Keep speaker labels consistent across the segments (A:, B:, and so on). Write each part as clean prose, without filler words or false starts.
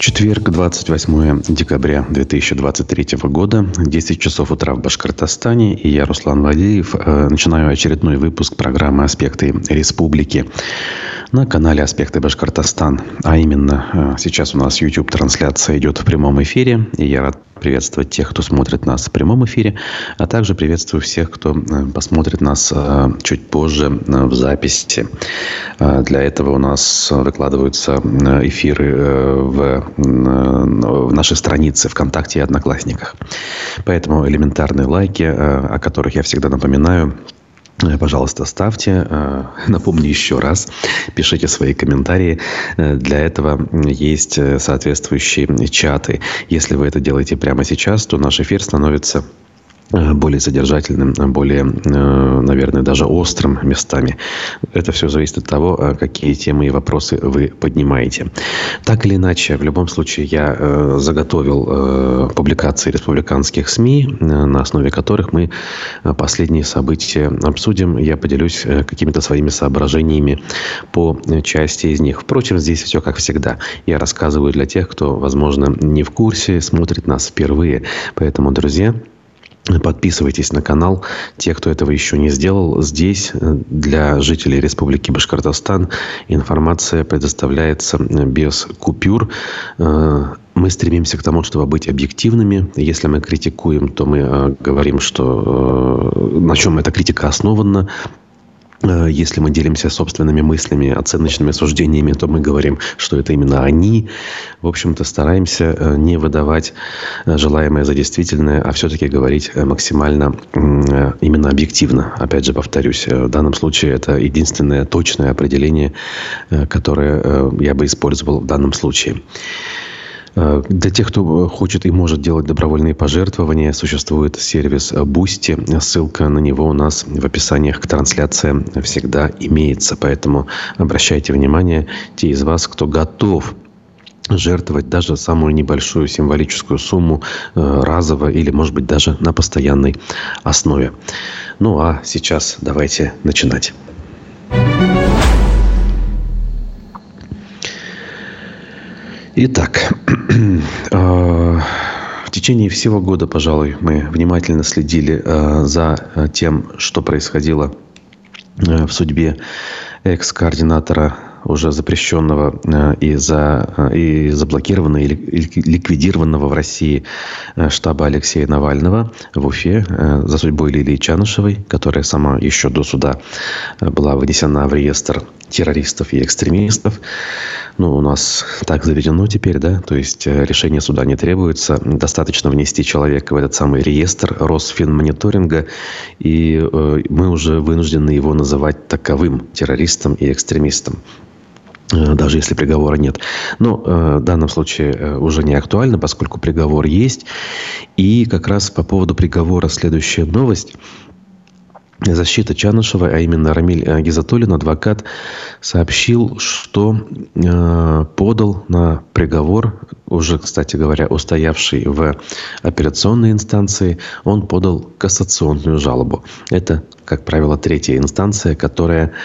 A: Четверг, 28 декабря 2023 года, 10 часов утра в Башкортостане, и я, Руслан Валеев, начинаю очередной выпуск программы «Аспекты республики» на канале «Аспекты Башкортостан». А именно, сейчас у нас YouTube-трансляция идет в прямом эфире, и я рад приветствовать тех, кто смотрит нас в прямом эфире, а также приветствую всех, кто посмотрит нас чуть позже в записи. Для этого у нас выкладываются эфиры в нашей странице ВКонтакте и Одноклассниках. Поэтому элементарные лайки, о которых я всегда напоминаю, пожалуйста, ставьте. Напомню еще раз. Пишите свои комментарии. Для этого есть соответствующие чаты. Если вы это делаете прямо сейчас, то наш эфир становится более содержательным, более, наверное, даже острым местами. Это все зависит от того, какие темы и вопросы вы поднимаете. Так или иначе, в любом случае, я заготовил публикации республиканских СМИ, на основе которых мы последние события обсудим. Я поделюсь какими-то своими соображениями по части из них. Впрочем, здесь все как всегда. Я рассказываю для тех, кто, возможно, не в курсе, смотрит нас впервые. Поэтому, друзья, подписывайтесь на канал. Те, кто этого еще не сделал, здесь для жителей Республики Башкортостан информация предоставляется без купюр. Мы стремимся к тому, чтобы быть объективными. Если мы критикуем, то мы говорим, что на чем эта критика основана. Если мы делимся собственными мыслями, оценочными суждениями, то мы говорим, что это именно они. В общем-то, стараемся не выдавать желаемое за действительное, а все-таки говорить максимально именно объективно. Опять же, повторюсь, в данном случае это единственное точное определение, которое я бы использовал в данном случае. Для тех, кто хочет и может делать добровольные пожертвования, существует сервис Boosty. Ссылка на него у нас в описаниях к трансляциям всегда имеется. Поэтому обращайте внимание, те из вас, кто готов жертвовать даже самую небольшую символическую сумму разово или, может быть, даже на постоянной основе. Ну а сейчас давайте начинать. Итак, в течение всего года, пожалуй, мы внимательно следили за тем, что происходило в судьбе экс-координатора, уже запрещенного и заблокированного или ликвидированного в России штаба Алексея Навального в Уфе, за судьбой Лилии Чанышевой, которая сама еще до суда была внесена в реестр террористов и экстремистов. Ну, у нас так заведено теперь, да, то есть решение суда не требуется. Достаточно внести человека в этот самый реестр Росфинмониторинга, и мы уже вынуждены его называть таковым террористом и экстремистом, даже если приговора нет. Но в данном случае уже не актуально, поскольку приговор есть. И как раз по поводу приговора следующая новость. Защита Чанышевой, а именно Рамиль Гизатуллин, адвокат, сообщил, что подал на приговор, уже, кстати говоря, устоявший в апелляционной инстанции, он подал кассационную жалобу. Это, как правило, третья инстанция, которая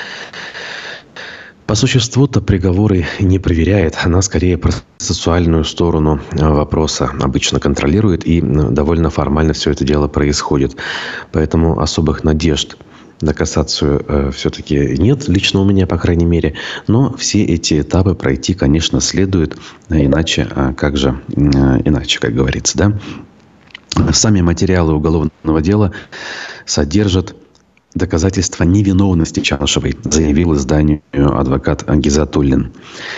A: по существу-то приговоры не проверяет. Она скорее процессуальную сторону вопроса обычно контролирует, и довольно формально все это дело происходит. Поэтому особых надежд на кассацию все-таки нет, лично у меня, по крайней мере. Но все эти этапы пройти, конечно, следует. Иначе, как же иначе, как говорится, да? Сами материалы уголовного дела содержат доказательства невиновности Чанышевой, заявил изданию адвокат Гизатуллин.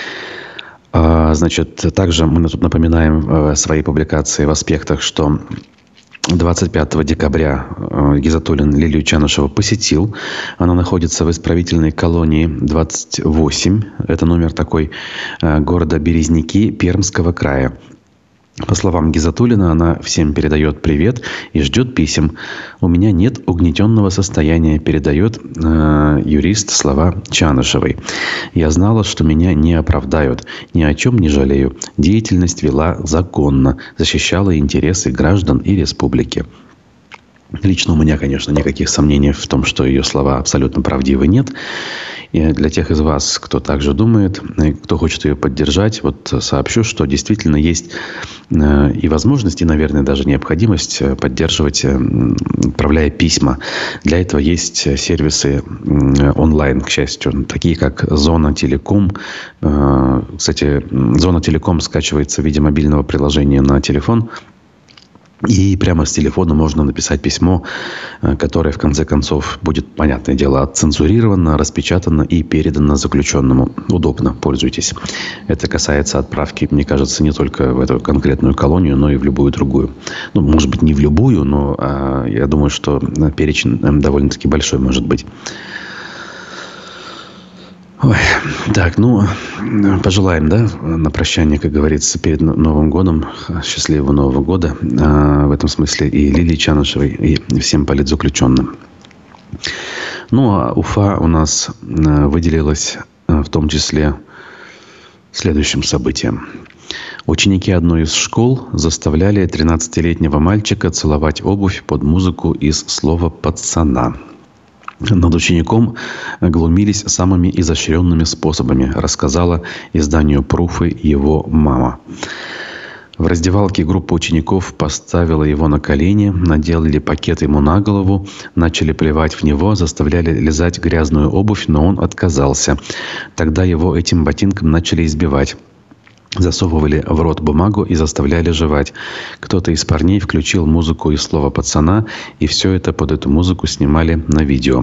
A: Значит, также мы тут напоминаем в своей публикации в аспектах, что 25 декабря Гизатуллин Лилию Чанышеву посетил. Она находится в исправительной колонии 28. Это номер такой города Березники Пермского края. По словам Гизатуллина, она всем передает привет и ждет писем. «У меня нет угнетенного состояния», передает юрист слова Чанышевой. «Я знала, что меня не оправдают. Ни о чем не жалею. Деятельность вела законно, защищала интересы граждан и республики». Лично у меня, конечно, никаких сомнений в том, что ее слова абсолютно правдивы, нет. И для тех из вас, кто также думает, и кто хочет ее поддержать, вот сообщу, что действительно есть и возможность, и, наверное, даже необходимость поддерживать, отправляя письма. Для этого есть сервисы онлайн, к счастью, такие как Зона Телеком. Кстати, Зона Телеком скачивается в виде мобильного приложения на телефон. И прямо с телефона можно написать письмо, которое, в конце концов, будет, понятное дело, отцензурировано, распечатано и передано заключенному. Удобно, пользуйтесь. Это касается отправки, мне кажется, не только в эту конкретную колонию, но и в любую другую. Ну, может быть, не в любую, но я думаю, что перечень довольно-таки большой может быть. Ой, так, пожелаем, да, на прощание, как говорится, перед Новым годом, счастливого Нового года, в этом смысле и Лилии Чанышевой, и всем политзаключенным. А Уфа у нас выделилась в том числе следующим событием. Ученики одной из школ заставляли 13-летнего мальчика целовать обувь под музыку из слова «пацана». Над учеником глумились самыми изощренными способами, рассказала изданию «Пруфы» его мама. В раздевалке группа учеников поставила его на колени, наделали пакет ему на голову, начали плевать в него, заставляли лизать грязную обувь, но он отказался. Тогда его этим ботинком начали избивать. Засовывали в рот бумагу и заставляли жевать. Кто-то из парней включил музыку из слова «пацана», и все это под эту музыку снимали на видео.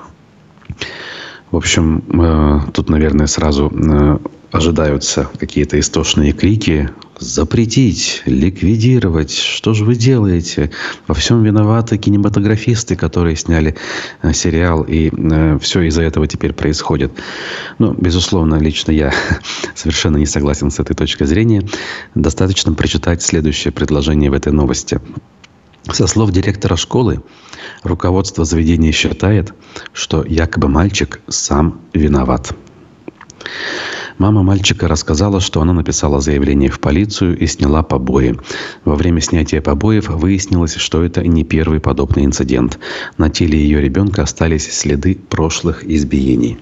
A: В общем, тут, наверное, сразу ожидаются какие-то истошные крики: запретить, ликвидировать, что же вы делаете? Во всем виноваты кинематографисты, которые сняли сериал, и все из-за этого теперь происходит. Безусловно, лично я совершенно не согласен с этой точкой зрения. Достаточно прочитать следующее предложение в этой новости. Со слов директора школы, руководство заведения считает, что якобы мальчик сам виноват. Мама мальчика рассказала, что она написала заявление в полицию и сняла побои. Во время снятия побоев выяснилось, что это не первый подобный инцидент. На теле ее ребенка остались следы прошлых избиений.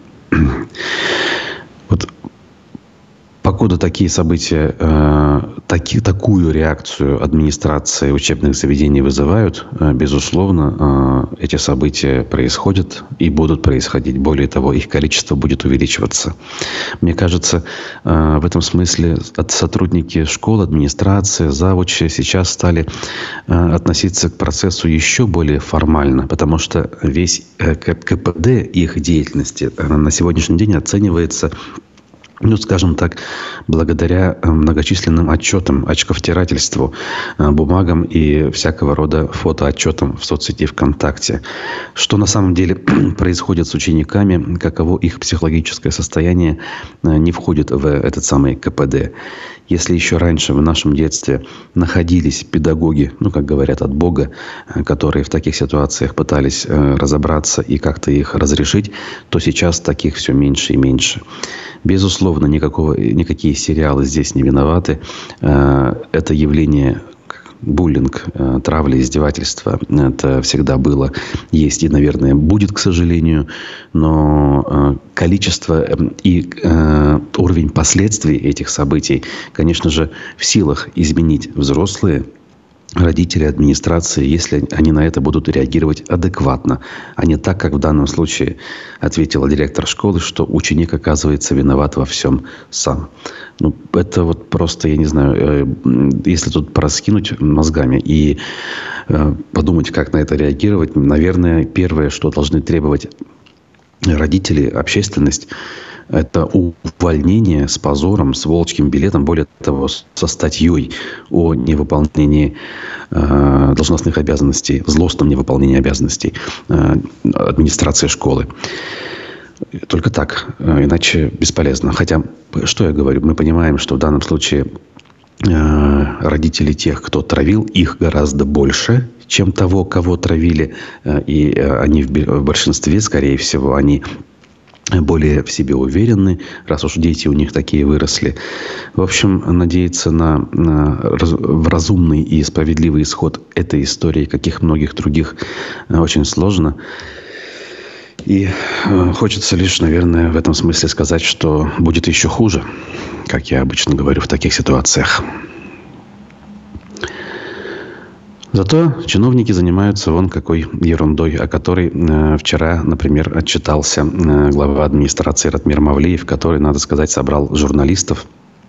A: Вот покуда такие события, такую реакцию администрации учебных заведений вызывают, безусловно, эти события происходят и будут происходить. Более того, их количество будет увеличиваться. Мне кажется, в этом смысле сотрудники школ, администрация, завучи сейчас стали относиться к процессу еще более формально, потому что весь КПД их деятельности на сегодняшний день оценивается, скажем так, благодаря многочисленным отчетам, очковтирательству, бумагам и всякого рода фотоотчетам в соцсети ВКонтакте. Что на самом деле происходит с учениками, каково их психологическое состояние, не входит в этот самый КПД. Если еще раньше в нашем детстве находились педагоги, как говорят, от Бога, которые в таких ситуациях пытались разобраться и как-то их разрешить, то сейчас таких все меньше и меньше. Безусловно, никакие сериалы здесь не виноваты. Это явление, буллинг, травля, издевательство, это всегда было, есть и, наверное, будет, к сожалению. Но количество и уровень последствий этих событий, конечно же, в силах изменить взрослые, родители, администрации, если они на это будут реагировать адекватно, а не так, как в данном случае ответила директор школы, что ученик оказывается виноват во всем сам. Это вот просто, я не знаю, если тут пораскинуть мозгами и подумать, как на это реагировать, наверное, первое, что должны требовать родители, общественность, это увольнение с позором, с волчьим билетом, более того, со статьей о невыполнении должностных обязанностей, злостном невыполнении обязанностей администрации школы. Только так, иначе бесполезно. Хотя, что я говорю, мы понимаем, что в данном случае родители тех, кто травил, их гораздо больше, чем того, кого травили. И они в большинстве, скорее всего, они более в себе уверены, раз уж дети у них такие выросли. В общем, надеяться на разумный и справедливый исход этой истории, каких многих других, очень сложно. И хочется лишь, наверное, в этом смысле сказать, что будет еще хуже, как я обычно говорю в таких ситуациях. Зато чиновники занимаются вон какой ерундой, о которой вчера, например, отчитался глава администрации Ратмир Мавлиев, который, надо сказать, собрал журналистов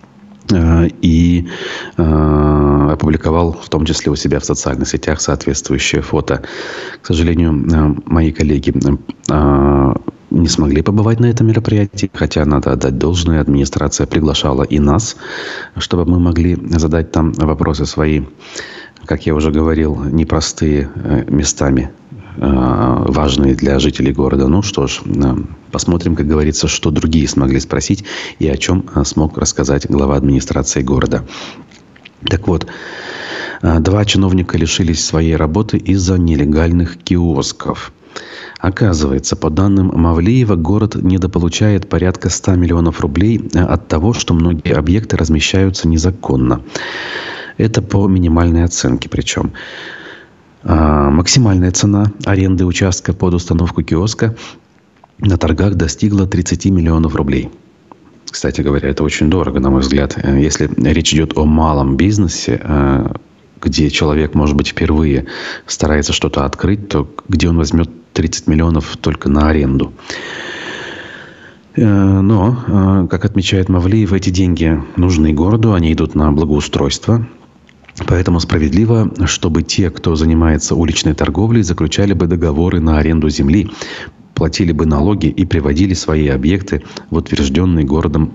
A: и опубликовал в том числе у себя в социальных сетях соответствующее фото. К сожалению, мои коллеги не смогли побывать на этом мероприятии, хотя надо отдать должное, администрация приглашала и нас, чтобы мы могли задать там вопросы свои, как я уже говорил, непростые местами, важные для жителей города. Ну что ж, посмотрим, как говорится, что другие смогли спросить и о чем смог рассказать глава администрации города. Так вот, 2 чиновника лишились своей работы из-за нелегальных киосков. Оказывается, по данным Мавлиева, город недополучает порядка 100 миллионов рублей от того, что многие объекты размещаются незаконно. Это по минимальной оценке причем. Максимальная цена аренды участка под установку киоска на торгах достигла 30 миллионов рублей. Кстати говоря, это очень дорого, на мой взгляд. Если речь идет о малом бизнесе, где человек, может быть, впервые старается что-то открыть, то где он возьмет 30 миллионов только на аренду? Но, как отмечает Мавлиев, эти деньги нужны городу, они идут на благоустройство. Поэтому справедливо, чтобы те, кто занимается уличной торговлей, заключали бы договоры на аренду земли, платили бы налоги и приводили свои объекты в утвержденный городом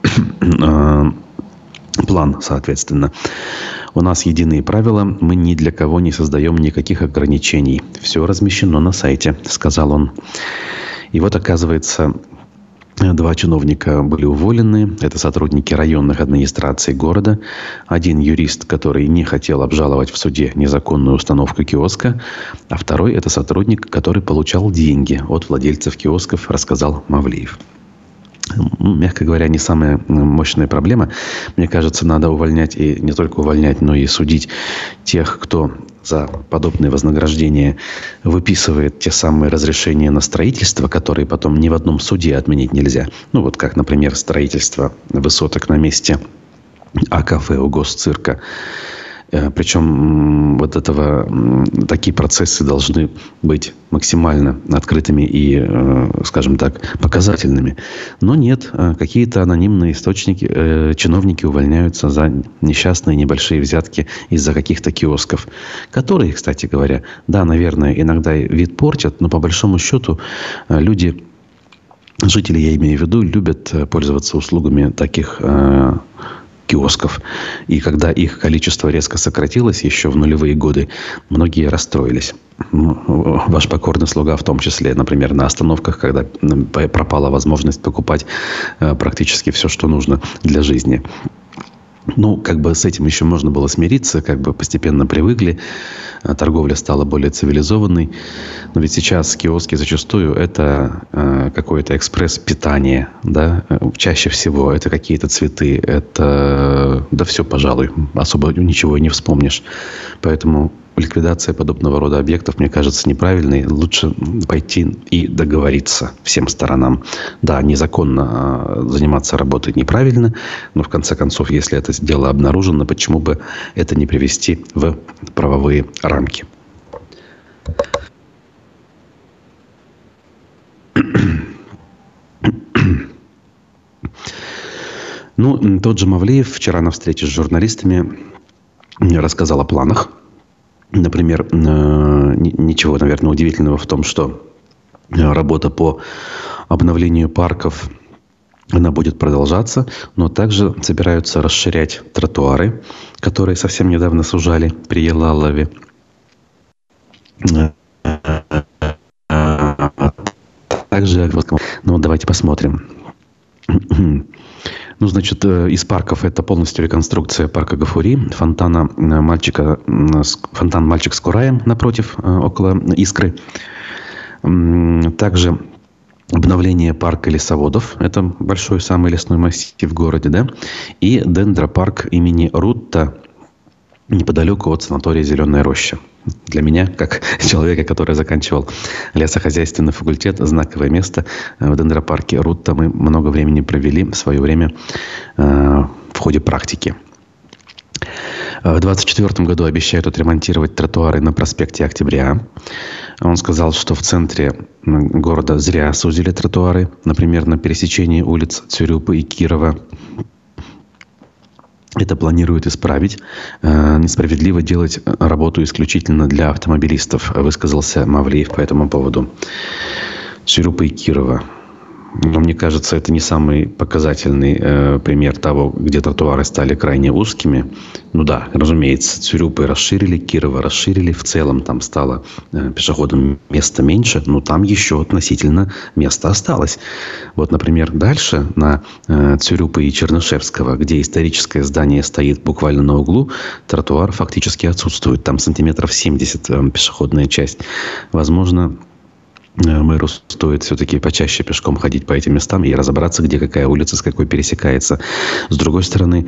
A: план, соответственно. У нас единые правила, мы ни для кого не создаем никаких ограничений. Все размещено на сайте, сказал он. И вот, оказывается, 2 чиновника были уволены. Это сотрудники районных администраций города. Один юрист, который не хотел обжаловать в суде незаконную установку киоска. А второй – это сотрудник, который получал деньги от владельцев киосков, рассказал Мавлиев. Мягко говоря, не самая мощная проблема. Мне кажется, надо увольнять, и не только увольнять, но и судить тех, кто за подобные вознаграждения выписывает те самые разрешения на строительство, которые потом ни в одном суде отменить нельзя. Ну, вот как, например, строительство высоток на месте кафе у Госцирка. Причем такие процессы должны быть максимально открытыми и, скажем так, показательными. Но нет, какие-то анонимные источники, чиновники увольняются за несчастные небольшие взятки из-за каких-то киосков, которые, кстати говоря, да, наверное, иногда вид портят, но по большому счету люди, жители, я имею в виду, любят пользоваться услугами таких киосков. И когда их количество резко сократилось еще в нулевые годы, многие расстроились. Ваш покорный слуга в том числе, например, на остановках, когда пропала возможность покупать практически все, что нужно для жизни. Ну, как бы с этим еще можно было смириться, как бы постепенно привыкли, торговля стала более цивилизованной. Но ведь сейчас киоски зачастую это какое-то экспресс-питание, да, чаще всего это какие-то цветы, это, да все, пожалуй, особо ничего и не вспомнишь. Поэтому ликвидация подобного рода объектов, мне кажется, неправильной. Лучше пойти и договориться всем сторонам. Да, незаконно заниматься работой неправильно, но в конце концов, если это дело обнаружено, почему бы это не привести в правовые рамки? Ну, тот же Мавлиев вчера на встрече с журналистами рассказал о планах. Например, ничего, наверное, удивительного в том, что работа по обновлению парков, она будет продолжаться, но также собираются расширять тротуары, которые совсем недавно сужали при Елалове. Также, ну, давайте посмотрим. Ну, значит, из парков это полностью реконструкция парка Гафури, фонтан «Мальчик с Кураем» напротив, около Искры. Также обновление парка лесоводов. Это большой самый лесной массив в городе, да? И дендропарк имени Рутта неподалеку от санатория «Зеленая роща». Для меня, как человека, который заканчивал лесохозяйственный факультет, знаковое место в дендропарке Рутта. Мы много времени провели в свое время в ходе практики. В 2024 году обещают отремонтировать тротуары на проспекте Октября. Он сказал, что в центре города зря сузили тротуары. Например, на пересечении улиц Цюрюпы и Кирова. Это планируют исправить. Несправедливо делать работу исключительно для автомобилистов, высказался Мавлиев по этому поводу. Цюрюпа и Кирова. Но мне кажется, это не самый показательный пример того, где тротуары стали крайне узкими. Ну да, разумеется, Цюрюпы расширили, Кирова расширили. В целом там стало пешеходам места меньше, но там еще относительно места осталось. Вот, например, дальше на Цюрюпы и Чернышевского, где историческое здание стоит буквально на углу, тротуар фактически отсутствует. Там сантиметров 70 пешеходная часть. Возможно, мэру стоит все-таки почаще пешком ходить по этим местам и разобраться, где какая улица с какой пересекается. С другой стороны,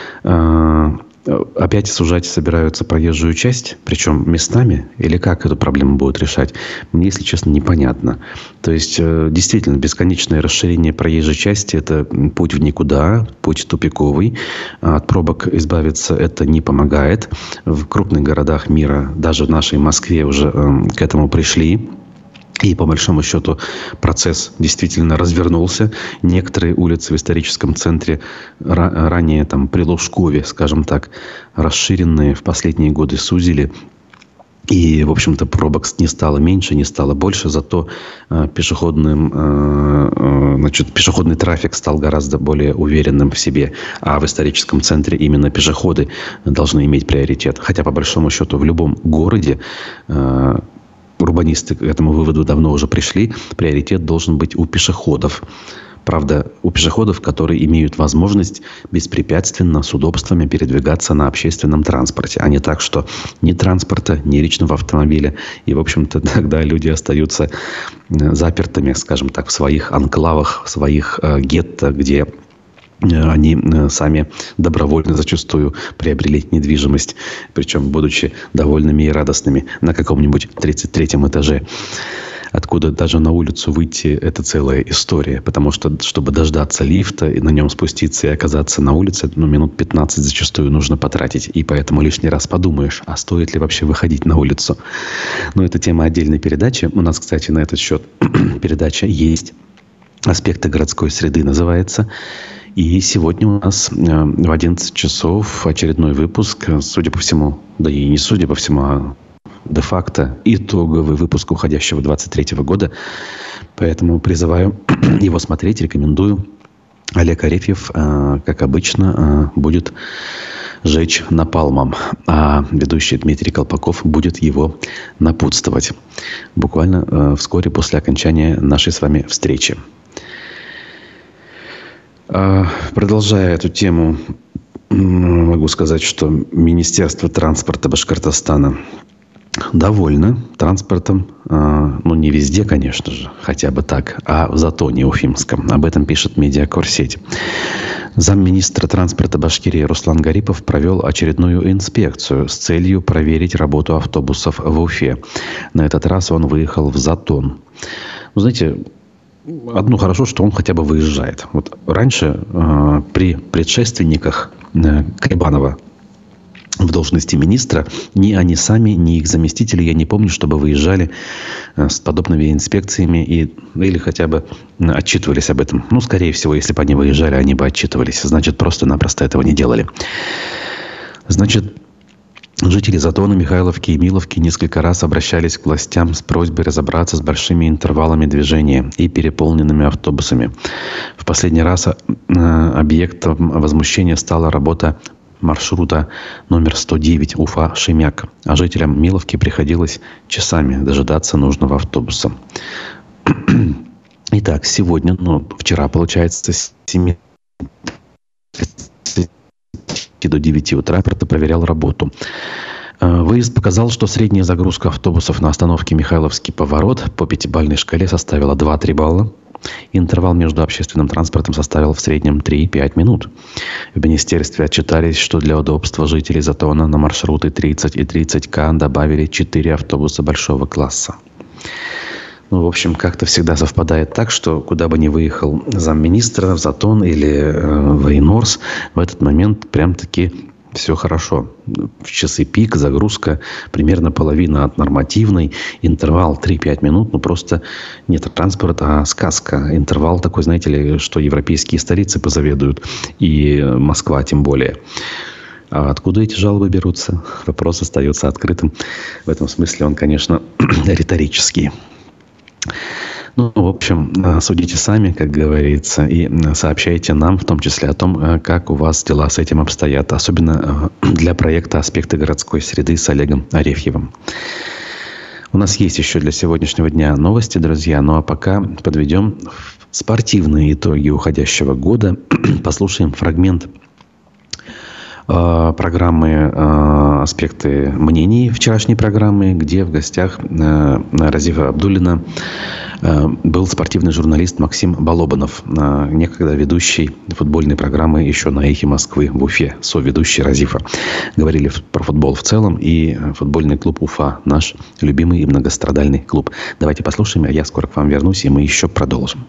A: опять сужать собираются проезжую часть, причем местами, или как эту проблему будут решать, мне, если честно, непонятно. То есть, действительно, бесконечное расширение проезжей части – это путь в никуда, путь тупиковый. От пробок избавиться это не помогает. В крупных городах мира, даже в нашей Москве, уже к этому пришли. И, по большому счету, процесс действительно развернулся. Некоторые улицы в историческом центре, ранее там, при Лужкове, скажем так, расширенные в последние годы сузили. И, в общем-то, пробок не стало меньше, не стало больше. Зато пешеходный трафик стал гораздо более уверенным в себе. А в историческом центре именно пешеходы должны иметь приоритет. Хотя, по большому счету, в любом городе урбанисты к этому выводу давно уже пришли. Приоритет должен быть у пешеходов. Правда, у пешеходов, которые имеют возможность беспрепятственно, с удобствами передвигаться на общественном транспорте. А не так, что ни транспорта, ни личного автомобиля. И, в общем-то, тогда люди остаются запертыми, скажем так, в своих анклавах, в своих гетто, где они сами добровольно зачастую приобрели недвижимость, причем будучи довольными и радостными на каком-нибудь 33-м этаже, откуда даже на улицу выйти – это целая история. Потому что, чтобы дождаться лифта и на нем спуститься и оказаться на улице, минут 15 зачастую нужно потратить. И поэтому лишний раз подумаешь, а стоит ли вообще выходить на улицу. Но это тема отдельной передачи. У нас, кстати, на этот счет передача есть. «Аспекты городской среды» называется. И сегодня у нас в 11 часов очередной выпуск, судя по всему, да и не судя по всему, а де-факто итоговый выпуск уходящего 23 года. Поэтому призываю его смотреть, рекомендую. Олег Арефьев, как обычно, будет жечь напалмом, а ведущий Дмитрий Колпаков будет его напутствовать. Буквально вскоре после окончания нашей с вами встречи. Продолжая эту тему, могу сказать, что Министерство транспорта Башкортостана довольно транспортом. Не везде, конечно же, хотя бы так, а в Затоне Уфимском. Об этом пишет Медиакорсеть. Замминистра транспорта Башкирии Руслан Гарипов провел очередную инспекцию с целью проверить работу автобусов в Уфе. На этот раз он выехал в Затон. Вы знаете, одно хорошо, что он хотя бы выезжает. Вот раньше при предшественниках Кайбанова в должности министра ни они сами, ни их заместители, я не помню, чтобы выезжали с подобными инспекциями или хотя бы отчитывались об этом. Скорее всего, если бы они выезжали, они бы отчитывались. Значит, просто-напросто этого не делали. Значит, жители Затона, Михайловки и Миловки несколько раз обращались к властям с просьбой разобраться с большими интервалами движения и переполненными автобусами. В последний раз объектом возмущения стала работа маршрута номер 109 Уфа-Шемяк. А жителям Миловки приходилось часами дожидаться нужного автобуса. Итак, сегодня, вчера, получается, с 7 до 9 утра проверял работу. Выезд показал, что средняя загрузка автобусов на остановке Михайловский поворот по 5-бальной шкале составила 2-3 балла. Интервал между общественным транспортом составил в среднем 3-5 минут. В министерстве отчитались, что для удобства жителей Затона на маршруты 30 и 30К добавили 4 автобуса большого класса. В общем, как-то всегда совпадает так, что куда бы ни выехал замминистра в Затон или в Эйнорс, в этот момент прям-таки все хорошо. В часы пик загрузка примерно половина от нормативной. Интервал 3-5 минут. Просто нет транспорта, а сказка. Интервал такой, знаете ли, что европейские столицы позаведуют. И Москва тем более. А откуда эти жалобы берутся? Вопрос остается открытым. В этом смысле он, конечно, риторический. В общем, судите сами, как говорится, и сообщайте нам, в том числе о том, как у вас дела с этим обстоят. Особенно для проекта «Аспекты городской среды» с Олегом Арефьевым. У нас есть еще для сегодняшнего дня новости, друзья. Ну а пока подведем спортивные итоги уходящего года. Послушаем фрагмент программы «Аспекты мнений», вчерашней программы, где в гостях Разифа Абдуллина был спортивный журналист Максим Балобанов, некогда ведущий футбольной программы еще на «Эхе Москвы» в Уфе, соведущий Разифа. Говорили про футбол в целом и футбольный клуб Уфа, наш любимый и многострадальный клуб. Давайте послушаем, а я скоро к вам вернусь, и мы еще продолжим.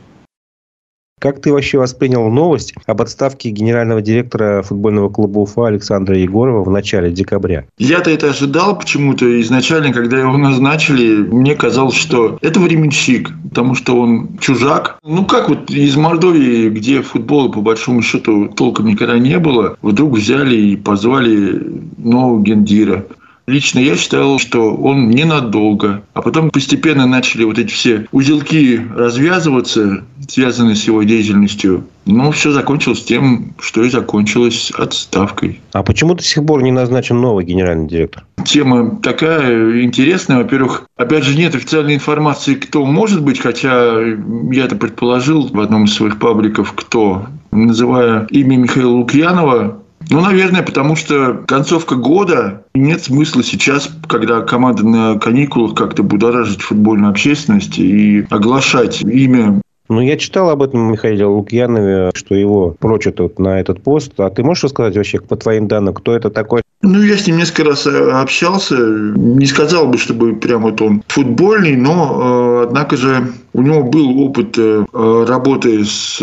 B: Как ты вообще воспринял новость об отставке генерального директора футбольного клуба Уфа Александра Егорова в начале декабря?
C: Я-то это ожидал почему-то. Изначально, когда его назначили, мне казалось, что это временщик, потому что он чужак. Как вот из Мордовии, где футбола по большому счету толком никогда не было, вдруг взяли и позвали нового гендира. Лично я считал, что он ненадолго. А потом постепенно начали вот эти все узелки развязываться, связанные с его деятельностью. Но все закончилось тем, что и закончилось отставкой.
B: А почему до сих пор не назначен новый генеральный директор?
C: Тема такая интересная. Во-первых, опять же, нет официальной информации, кто может быть, хотя я это предположил в одном из своих пабликов, кто, называя имя Михаила Лукьянова. Наверное, потому что концовка года, нет смысла сейчас, когда команда на каникулах, как-то будоражить футбольную общественность и оглашать имя.
B: Я читал об этом Михаиле Лукьянове, что его прочат на этот пост. А ты можешь рассказать вообще, по твоим данным, кто это такой?
C: Я с ним несколько раз общался. Не сказал бы, чтобы прям вот он футбольный, но, однако же, у него был опыт работы с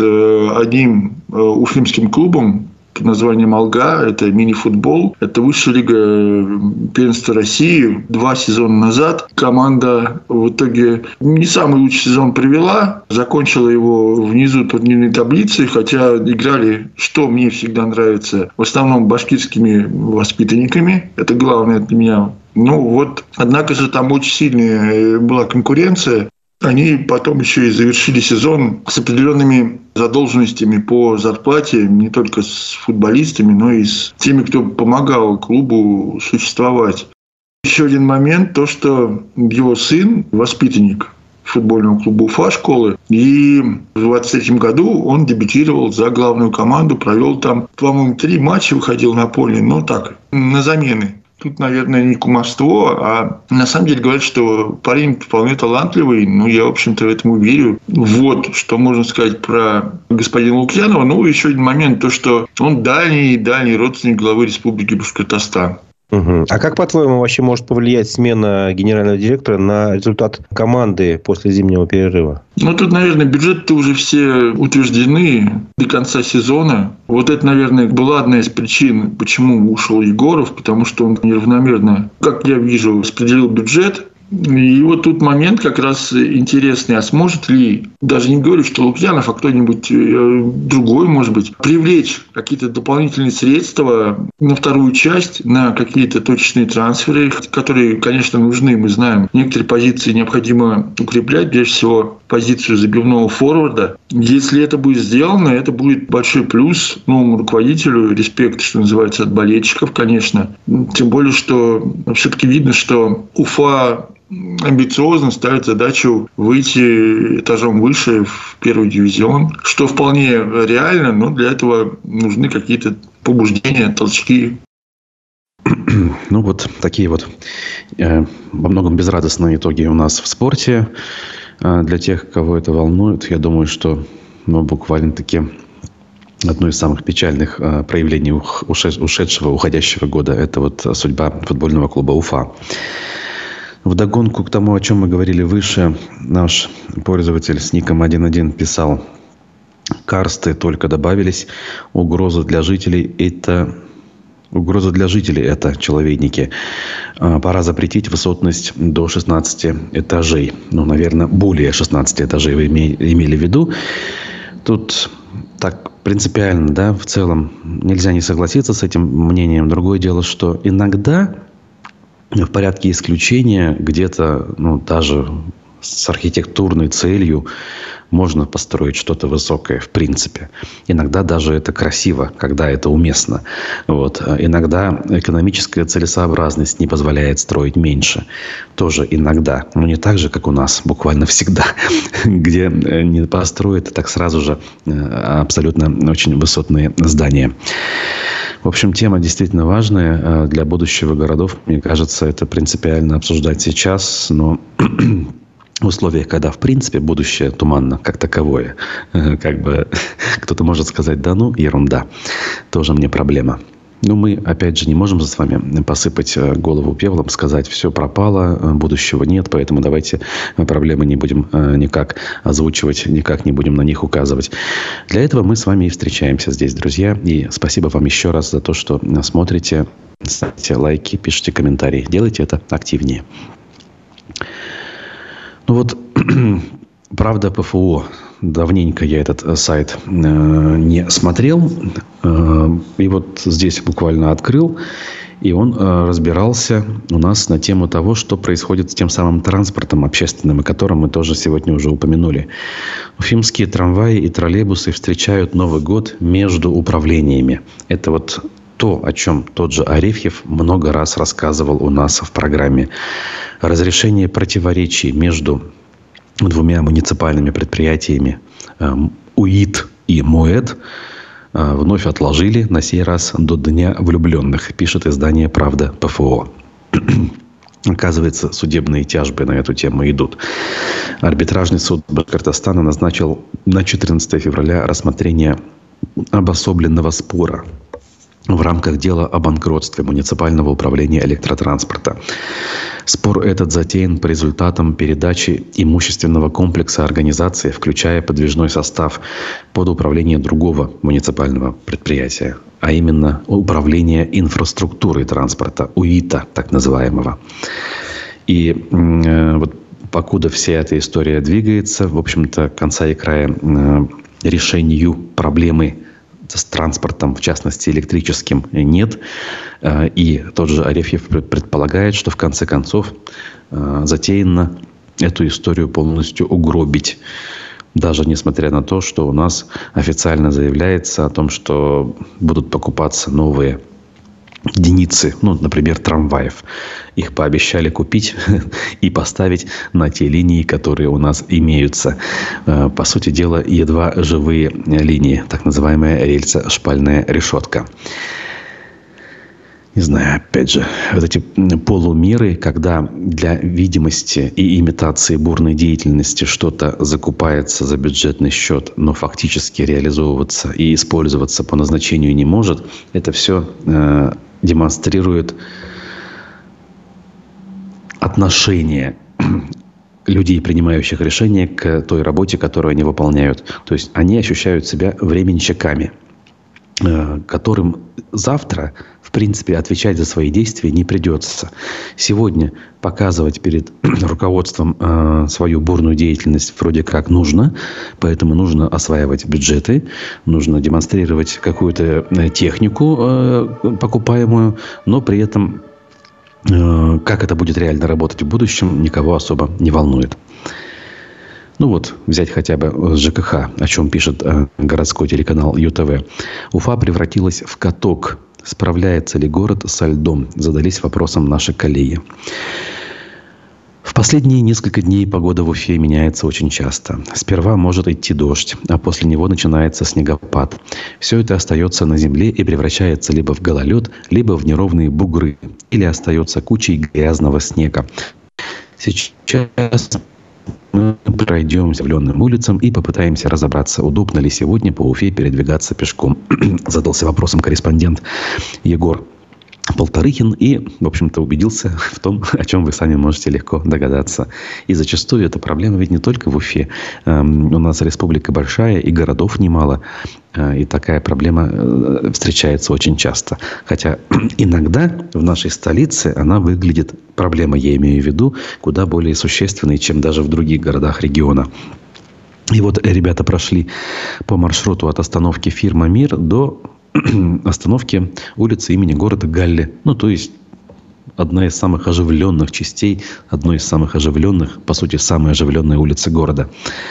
C: одним уфимским клубом, под названием «Алга». Это мини-футбол. Это высшая лига первенства России. 2 сезона назад команда в итоге не самый лучший сезон провела. Закончила его внизу турнирной таблицы. Хотя играли, что мне всегда нравится, в основном башкирскими воспитанниками. Это главное для меня. Однако же там очень сильная была конкуренция. Они потом еще и завершили сезон с определенными задолженностями по зарплате, не только с футболистами, но и с теми, кто помогал клубу существовать. Еще один момент, то, что его сын, воспитанник футбольного клуба Уфа школы, и в 2023 году он дебютировал за главную команду, провел там, по-моему, 3 матча, выходил на поле, на замены. Тут, наверное, не кумовство, а на самом деле говорят, что парень вполне талантливый. Я, в общем-то, этому верю. Вот, что можно сказать про господина Лукьянова. Еще один момент, то, что он дальний родственник главы Республики Башкортостан.
B: А как, по-твоему, вообще может повлиять смена генерального директора на результат команды после зимнего перерыва?
C: Тут, наверное, бюджеты уже все утверждены до конца сезона. Это, наверное, была одна из причин, почему ушел Егоров, потому что он неравномерно, как я вижу, распределил бюджет. И тут момент как раз интересный. А сможет ли, даже не говорю, что Лукьянов, а кто-нибудь другой, может быть, привлечь какие-то дополнительные средства на вторую часть, на какие-то точечные трансферы, которые, конечно, нужны, мы знаем. Некоторые позиции необходимо укреплять, прежде всего позицию забивного форварда. Если это будет сделано, это будет большой плюс новому руководителю. Респект, что называется, от болельщиков, конечно. Тем более, что все-таки видно, что Уфа амбициозно ставит задачу выйти этажом выше в первый дивизион, что вполне реально, но для этого нужны какие-то побуждения, толчки.
A: Ну, вот такие вот во многом безрадостные итоги у нас в спорте. Для тех, кого это волнует, я думаю, что буквально-таки одно из самых печальных проявлений уходящего года – это вот судьба футбольного клуба «Уфа». Вдогонку к тому, о чем мы говорили выше, наш пользователь с ником 1.1 писал: «Карсты только добавились. Угроза для жителей – это человейники. Пора запретить высотность до 16 этажей». Ну, наверное, более 16 этажей вы имели в виду. Тут так принципиально, да, в целом нельзя не согласиться с этим мнением. Другое дело, что иногда в порядке исключения где-то, даже с архитектурной целью можно построить что-то высокое, в принципе. Иногда даже это красиво, когда это уместно. Вот. Иногда экономическая целесообразность не позволяет строить меньше. Тоже иногда. Но не так же, как у нас, буквально всегда. Где не построят, так сразу же абсолютно очень высотные здания. В общем, тема действительно важная для будущего городов. Мне кажется, это принципиально обсуждать сейчас, но в условиях, когда, в принципе, будущее туманно, как таковое, как бы кто-то может сказать: да ну, ерунда, тоже мне проблема. Но мы, опять же, не можем с вами посыпать голову пеплом, сказать: все пропало, будущего нет, поэтому давайте проблемы не будем никак озвучивать, никак не будем на них указывать. Для этого мы с вами и встречаемся здесь, друзья. И спасибо вам еще раз за то, что смотрите, ставите лайки, пишите комментарии. Делайте это активнее. Ну вот, правда ПФО. Давненько я этот сайт не смотрел. И вот здесь буквально открыл. И он разбирался у нас на тему того, что происходит с тем самым транспортом общественным, о котором мы тоже сегодня уже упомянули. Уфимские трамваи и троллейбусы встречают Новый год между управлениями. Это вот то, о чем тот же Арефьев много раз рассказывал у нас в программе. Разрешение противоречий между двумя муниципальными предприятиями УИТ и МОЭД вновь отложили, на сей раз до Дня влюбленных, пишет издание «Правда ПФО». Оказывается, судебные тяжбы на эту тему идут. Арбитражный суд Башкортостана назначил на 14 февраля рассмотрение обособленного спора в рамках дела о банкротстве муниципального управления электротранспорта. Спор этот затеян по результатам передачи имущественного комплекса организации, включая подвижной состав, под управление другого муниципального предприятия, а именно Управление инфраструктурой транспорта, УИТа так называемого. И вот покуда вся эта история двигается, в общем-то, конца и края решению проблемы с транспортом, в частности электрическим, нет. И тот же Арефьев предполагает, что в конце концов затеяно эту историю полностью угробить. Даже несмотря на то, что у нас официально заявляется о том, что будут покупаться новые единицы, например, трамваев. Их пообещали купить и поставить на те линии, которые у нас имеются. По сути дела, едва живые линии, так называемая рельсо-шпальная решетка. Не знаю, опять же, вот эти полумеры, когда для видимости и имитации бурной деятельности что-то закупается за бюджетный счет, но фактически реализовываться и использоваться по назначению не может, это все демонстрирует отношение людей, принимающих решения, к той работе, которую они выполняют. То есть они ощущают себя временщиками, которым завтра, в принципе, отвечать за свои действия не придется. Сегодня показывать перед руководством свою бурную деятельность вроде как нужно, поэтому нужно осваивать бюджеты, нужно демонстрировать какую-то технику покупаемую, но при этом как это будет реально работать в будущем, никого особо не волнует. Взять хотя бы ЖКХ, о чем пишет городской телеканал ЮТВ. Уфа превратилась в каток. Справляется ли город со льдом? Задались вопросом наши коллеги. В Последние несколько дней погода в Уфе меняется очень часто. Сперва может идти дождь, а после него начинается снегопад. Все это остается на земле и превращается либо в гололед, либо в неровные бугры, или остается кучей грязного снега. Сейчас мы пройдемся оживленным улицам и попытаемся разобраться, удобно ли сегодня по Уфе передвигаться пешком. Задался вопросом корреспондент Егор Полторыхин и, в общем-то, убедился в том, о чем вы сами можете легко догадаться. И зачастую эта проблема ведь не только в Уфе. У нас республика большая и городов немало. И такая проблема встречается очень часто. Хотя иногда в нашей столице она выглядит, проблема я имею в виду, куда более существенной, чем даже в других городах региона. И вот ребята прошли по маршруту от остановки «Фирма Мир» до остановки улицы имени города Галле. Ну, то есть, одна из самых оживленных частей, одной из самых оживленных, по сути, самой оживленной улицы города.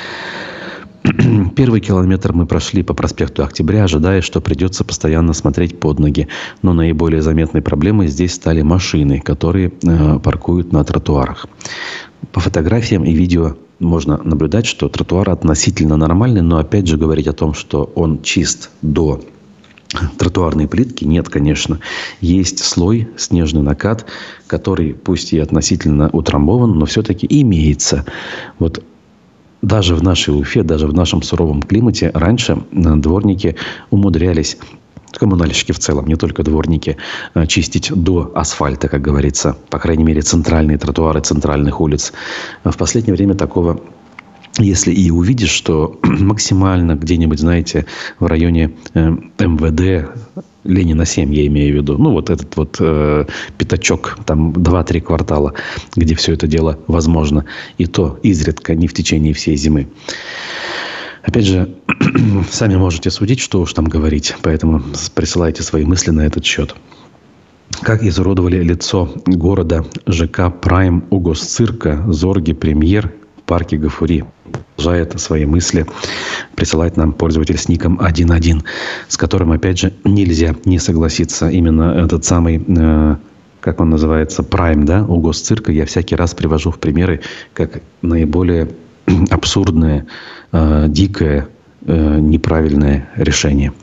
A: Первый километр мы прошли по проспекту Октября, ожидая, что придется постоянно смотреть под ноги. Но наиболее заметной проблемой здесь стали машины, которые паркуют на тротуарах. По фотографиям и видео можно наблюдать, что тротуар относительно нормальный, но опять же говорить о том, что он чист до тротуарной плитки, нет, конечно. Есть слой, снежный накат, который пусть и относительно утрамбован, но все-таки имеется. Вот даже в нашей Уфе, даже в нашем суровом климате раньше дворники умудрялись, коммунальщики в целом, не только дворники, чистить до асфальта, как говорится, по крайней мере, центральные тротуары центральных улиц. В последнее время такого, если и увидишь, что максимально где-нибудь, знаете, в районе МВД, Ленина 7, я имею в виду, ну, вот этот вот пятачок, там 2-3 квартала, где все это дело возможно. И то изредка, не в течение всей зимы. Опять же, сами можете судить, что уж там говорить. Поэтому присылайте свои мысли на этот счет. Как изуродовали лицо города ЖК «Прайм» у госцирка «Зорги Премьер» в парке Гафури. Продолжает свои мысли присылать нам пользователь с ником 11, с которым, опять же, нельзя не согласиться. Именно этот самый, как он называется, «Прайм», да, у госцирка я всякий раз привожу в примеры как наиболее абсурдное, дикое, неправильное решение.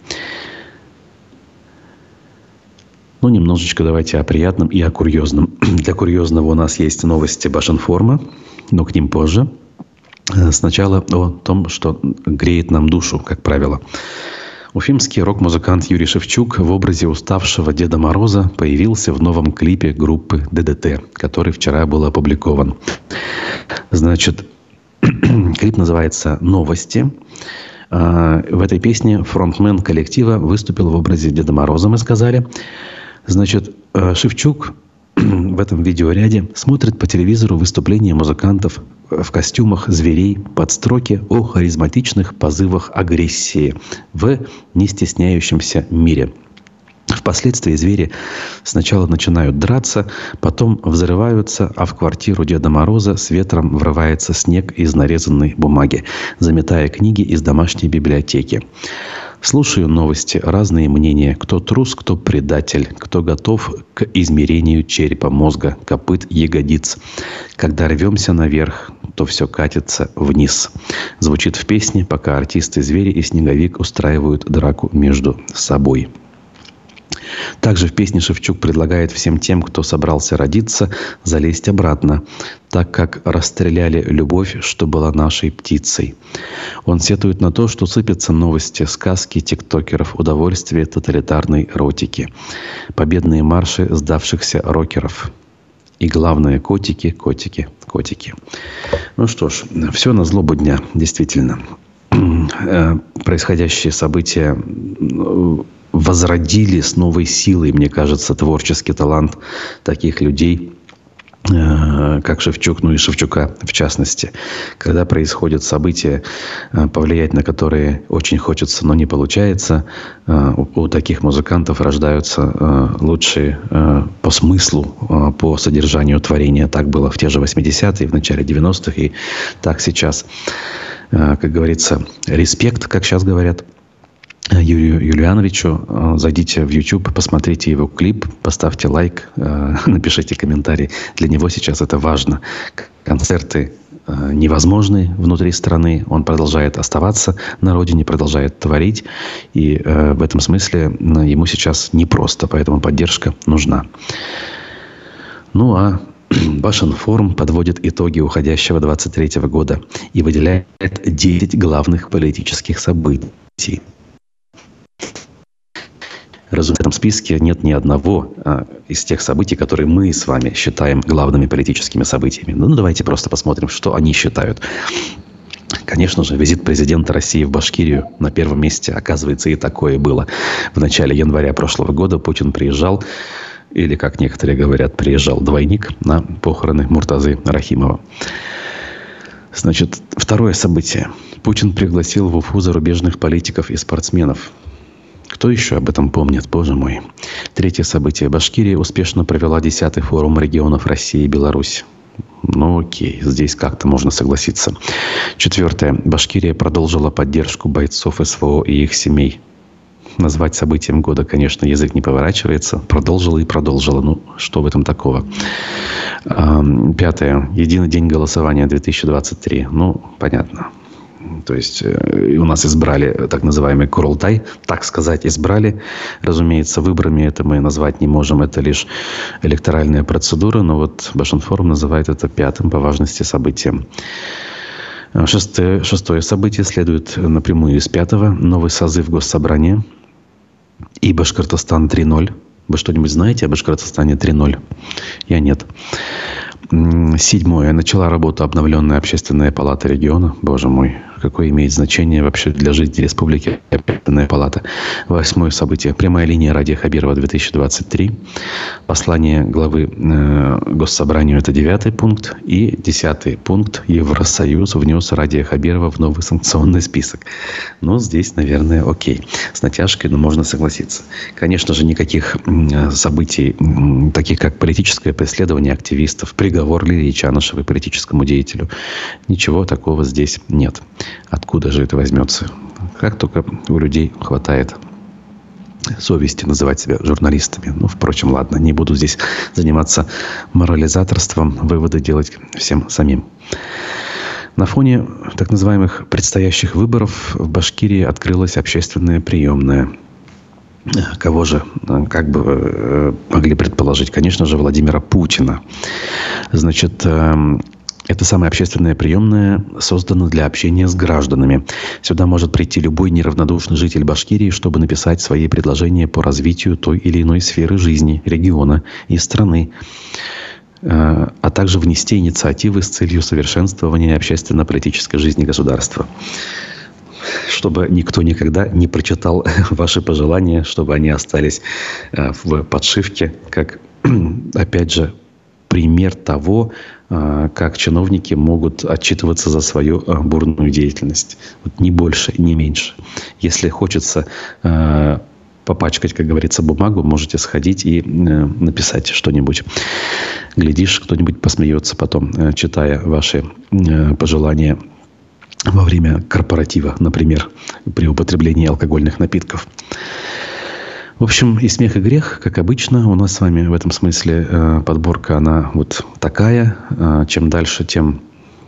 A: Ну, немножечко давайте о приятном и о курьезном. Для курьезного у нас есть новости Башинформа, но к ним позже. Сначала о том, что греет нам душу, как правило. Уфимский рок-музыкант Юрий Шевчук в образе уставшего Деда Мороза появился в новом клипе группы ДДТ, который вчера был опубликован. Значит, клип называется «Новости». В этой песне фронтмен коллектива выступил в образе Деда Мороза, мы сказали. Значит, Шевчук в этом видеоряде смотрит по телевизору выступления музыкантов в костюмах зверей под строки о харизматичных позывах агрессии в нестесняющемся мире. Впоследствии звери сначала начинают драться, потом взрываются, а в квартиру Деда Мороза с ветром врывается снег из нарезанной бумаги, заметая книги из домашней библиотеки. Слушаю новости, разные мнения. Кто трус, кто предатель, кто готов к измерению черепа, мозга, копыт, ягодиц. Когда рвемся наверх, то все катится вниз. Звучит в песне, пока артисты-звери и Снеговик устраивают драку между собой. Также в песне Шевчук предлагает всем тем, кто собрался родиться, залезть обратно, так как расстреляли любовь, что была нашей птицей. Он сетует на то, что сыпятся новости, сказки тиктокеров, удовольствие тоталитарной эротики, победные марши сдавшихся рокеров. И главное, котики, котики, котики. Ну что ж, все на злобу дня, действительно. Происходящие события возродили с новой силой, мне кажется, творческий талант таких людей, как Шевчук, ну и Шевчука в частности. Когда происходят события, повлиять на которые очень хочется, но не получается, у таких музыкантов рождаются лучшие по смыслу, по содержанию творения. Так было в те же 80-е, в начале 90-х, и так сейчас. Как говорится, респект, как сейчас говорят. Юрию Юлиановичу. Зайдите в YouTube, посмотрите его клип, поставьте лайк, напишите комментарий. Для него сейчас это важно. Концерты невозможны внутри страны. Он продолжает оставаться на родине, продолжает творить. И в этом смысле ему сейчас непросто, поэтому поддержка нужна. Ну а Башинформ подводит итоги уходящего 23 года и выделяет 10 главных политических событий. Разумеется, в этом списке нет ни одного из тех событий, которые мы с вами считаем главными политическими событиями. Ну, давайте просто посмотрим, что они считают. Конечно же, визит президента России в Башкирию на первом месте. Оказывается, и такое было. В начале января прошлого года Путин приезжал, или, как некоторые говорят, приезжал двойник на похороны Муртазы Рахимова. Значит, второе событие. Путин пригласил в Уфу зарубежных политиков и спортсменов. Кто еще об этом помнит, боже мой? Третье событие. Башкирия успешно провела 10-й форум регионов России и Беларусь. Ну окей, здесь как-то можно согласиться. Четвертое. Башкирия продолжила поддержку бойцов СВО и их семей. Назвать событием года, конечно, язык не поворачивается. Продолжила и продолжила. Ну, что в этом такого? Пятое. Единый день голосования 2023. Ну, понятно. То есть у нас избрали так называемый Курултай, так сказать, избрали. Разумеется, выборами это мы назвать не можем, это лишь электоральная процедура, но вот Башинформ называет это пятым по важности событием. Шестое событие следует напрямую из пятого. Новый созыв Госсобрания и Башкортостан 3.0. Вы что-нибудь знаете о Башкортостане 3.0? Я нет. Седьмое. Начала работу обновленная Общественная палата региона. Боже мой, какое имеет значение вообще для жителей республики Общественная палата. Восьмое событие. Прямая линия Радия Хабирова 2023. Послание главы Госсобранию — это 9-й пункт. И 10-й пункт. Евросоюз внес Радия Хабирова в новый санкционный список. Но здесь, наверное, окей. С натяжкой, но можно согласиться. Конечно же, никаких событий, таких как политическое преследование активистов, приговор Лилии Чанышевой, политическому деятелю. Ничего такого здесь нет. Откуда же это возьмется? Как только у людей хватает совести называть себя журналистами. Ну, впрочем, ладно, не буду здесь заниматься морализаторством, выводы делать всем самим. На фоне так называемых предстоящих выборов в Башкирии открылась общественная приемная. Кого же, как бы вы могли предположить? Конечно же, Владимира Путина. Значит, эта самая общественная приемная создана для общения с гражданами. Сюда может прийти любой неравнодушный житель Башкирии, чтобы написать свои предложения по развитию той или иной сферы жизни, региона и страны, а также внести инициативы с целью совершенствования общественно-политической жизни государства. Чтобы никто никогда не прочитал ваши пожелания, чтобы они остались в подшивке, как, опять же, пример того, как чиновники могут отчитываться за свою бурную деятельность. Вот ни больше, ни меньше. Если хочется попачкать, как говорится, бумагу, можете сходить и написать что-нибудь. Глядишь, кто-нибудь посмеется потом, читая ваши пожелания во время корпоратива, например, при употреблении алкогольных напитков. В общем, и смех, и грех, как обычно. У нас с вами в этом смысле подборка, она вот такая. Чем дальше, тем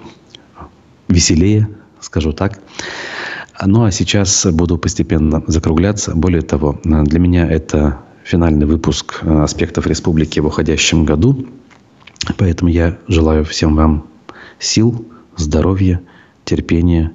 A: веселее, скажу так. Ну, а сейчас буду постепенно закругляться. Более того, для меня это финальный выпуск «Аспектов республики» в уходящем году. Поэтому я желаю всем вам сил, здоровья, терпения.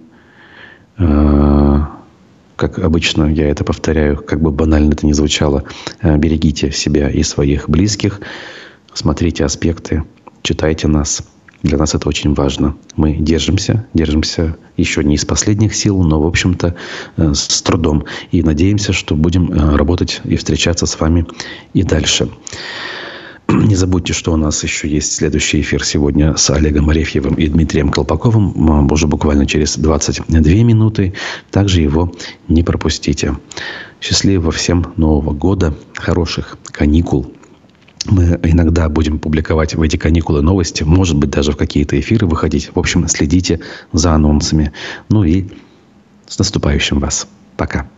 A: Как обычно, я это повторяю, как бы банально это ни звучало, берегите себя и своих близких, смотрите «Аспекты», читайте нас. Для нас это очень важно. Мы держимся еще не из последних сил, но, в общем-то, с трудом. И надеемся, что будем работать и встречаться с вами и дальше. Не забудьте, что у нас еще есть следующий эфир сегодня с Олегом Арефьевым и Дмитрием Колпаковым. Уже буквально через 22 минуты. Также его не пропустите. Счастливого всем Нового года. Хороших каникул. Мы иногда будем публиковать в эти каникулы новости. Может быть, даже в какие-то эфиры выходить. В общем, следите за анонсами. Ну и с наступающим вас. Пока.